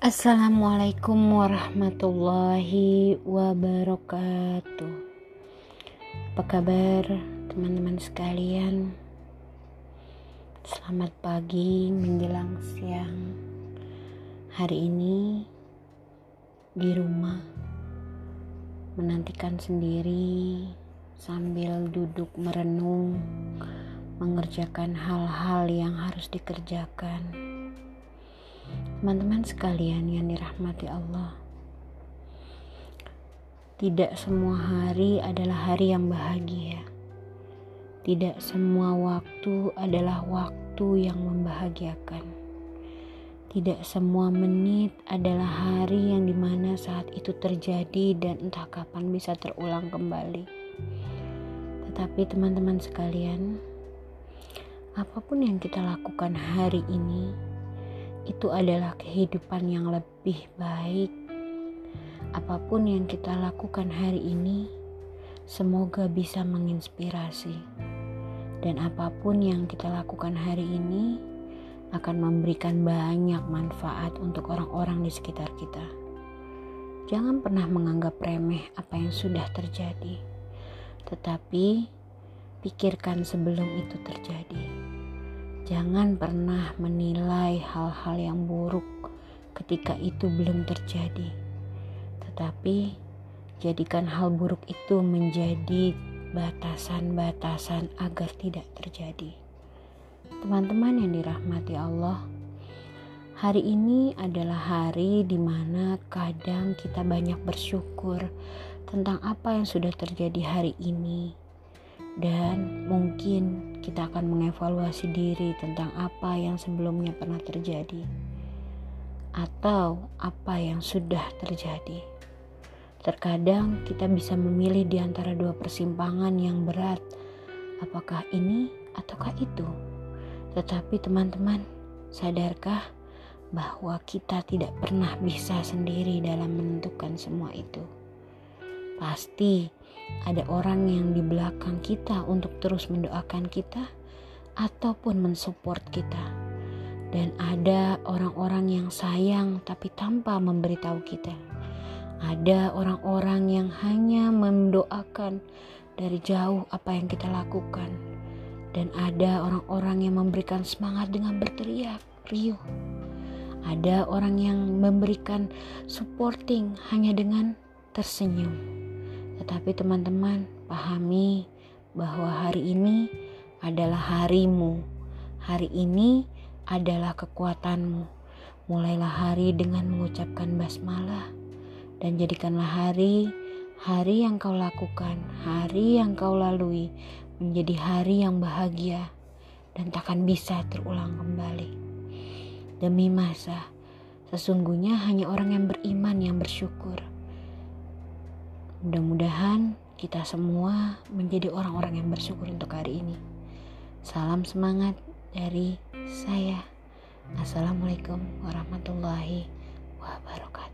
Assalamualaikum warahmatullahi wabarakatuh. Apa kabar teman-teman sekalian? Selamat pagi menjelang siang. Hari ini di rumah menantikan sendiri sambil duduk merenung, mengerjakan hal-hal yang harus dikerjakan. Teman-teman sekalian yang dirahmati Allah, tidak semua hari adalah hari yang bahagia. Tidak semua waktu adalah waktu yang membahagiakan. Tidak semua menit adalah hari yang dimana saat itu terjadi dan entah kapan bisa terulang kembali. Tetapi teman-teman sekalian, apapun yang kita lakukan hari ini, itu adalah kehidupan yang lebih baik. Apapun yang kita lakukan hari ini, semoga bisa menginspirasi. Dan apapun yang kita lakukan hari ini akan memberikan banyak manfaat untuk orang-orang di sekitar kita. Jangan pernah menganggap remeh apa yang sudah terjadi, tetapi pikirkan sebelum itu terjadi. Jangan pernah menilai hal-hal yang buruk ketika itu belum terjadi. Tetapi jadikan hal buruk itu menjadi batasan-batasan agar tidak terjadi. Teman-teman yang dirahmati Allah, hari ini adalah hari di mana kadang kita banyak bersyukur tentang apa yang sudah terjadi hari ini. Dan mungkin kita akan mengevaluasi diri tentang apa yang sebelumnya pernah terjadi atau apa yang sudah terjadi. Terkadang kita bisa memilih di antara dua persimpangan yang berat, apakah ini ataukah itu. Tetapi teman-teman, sadarkah bahwa kita tidak pernah bisa sendiri dalam menentukan semua itu? Pasti ada orang yang di belakang kita untuk terus mendoakan kita ataupun mensupport kita. Dan ada orang-orang yang sayang tapi tanpa memberitahu kita. Ada orang-orang yang hanya mendoakan dari jauh apa yang kita lakukan. Dan ada orang-orang yang memberikan semangat dengan berteriak riuh. Ada orang yang memberikan supporting hanya dengan tersenyum. Tetapi teman-teman, pahami bahwa hari ini adalah harimu. Hari ini adalah kekuatanmu. Mulailah hari dengan mengucapkan basmalah dan jadikanlah hari yang kau lakukan, hari yang kau lalui menjadi hari yang bahagia dan takkan bisa terulang kembali. Demi masa, sesungguhnya hanya orang yang beriman yang bersyukur. Mudah-mudahan kita semua menjadi orang-orang yang bersyukur untuk hari ini. Salam semangat dari saya. Assalamualaikum warahmatullahi wabarakatuh.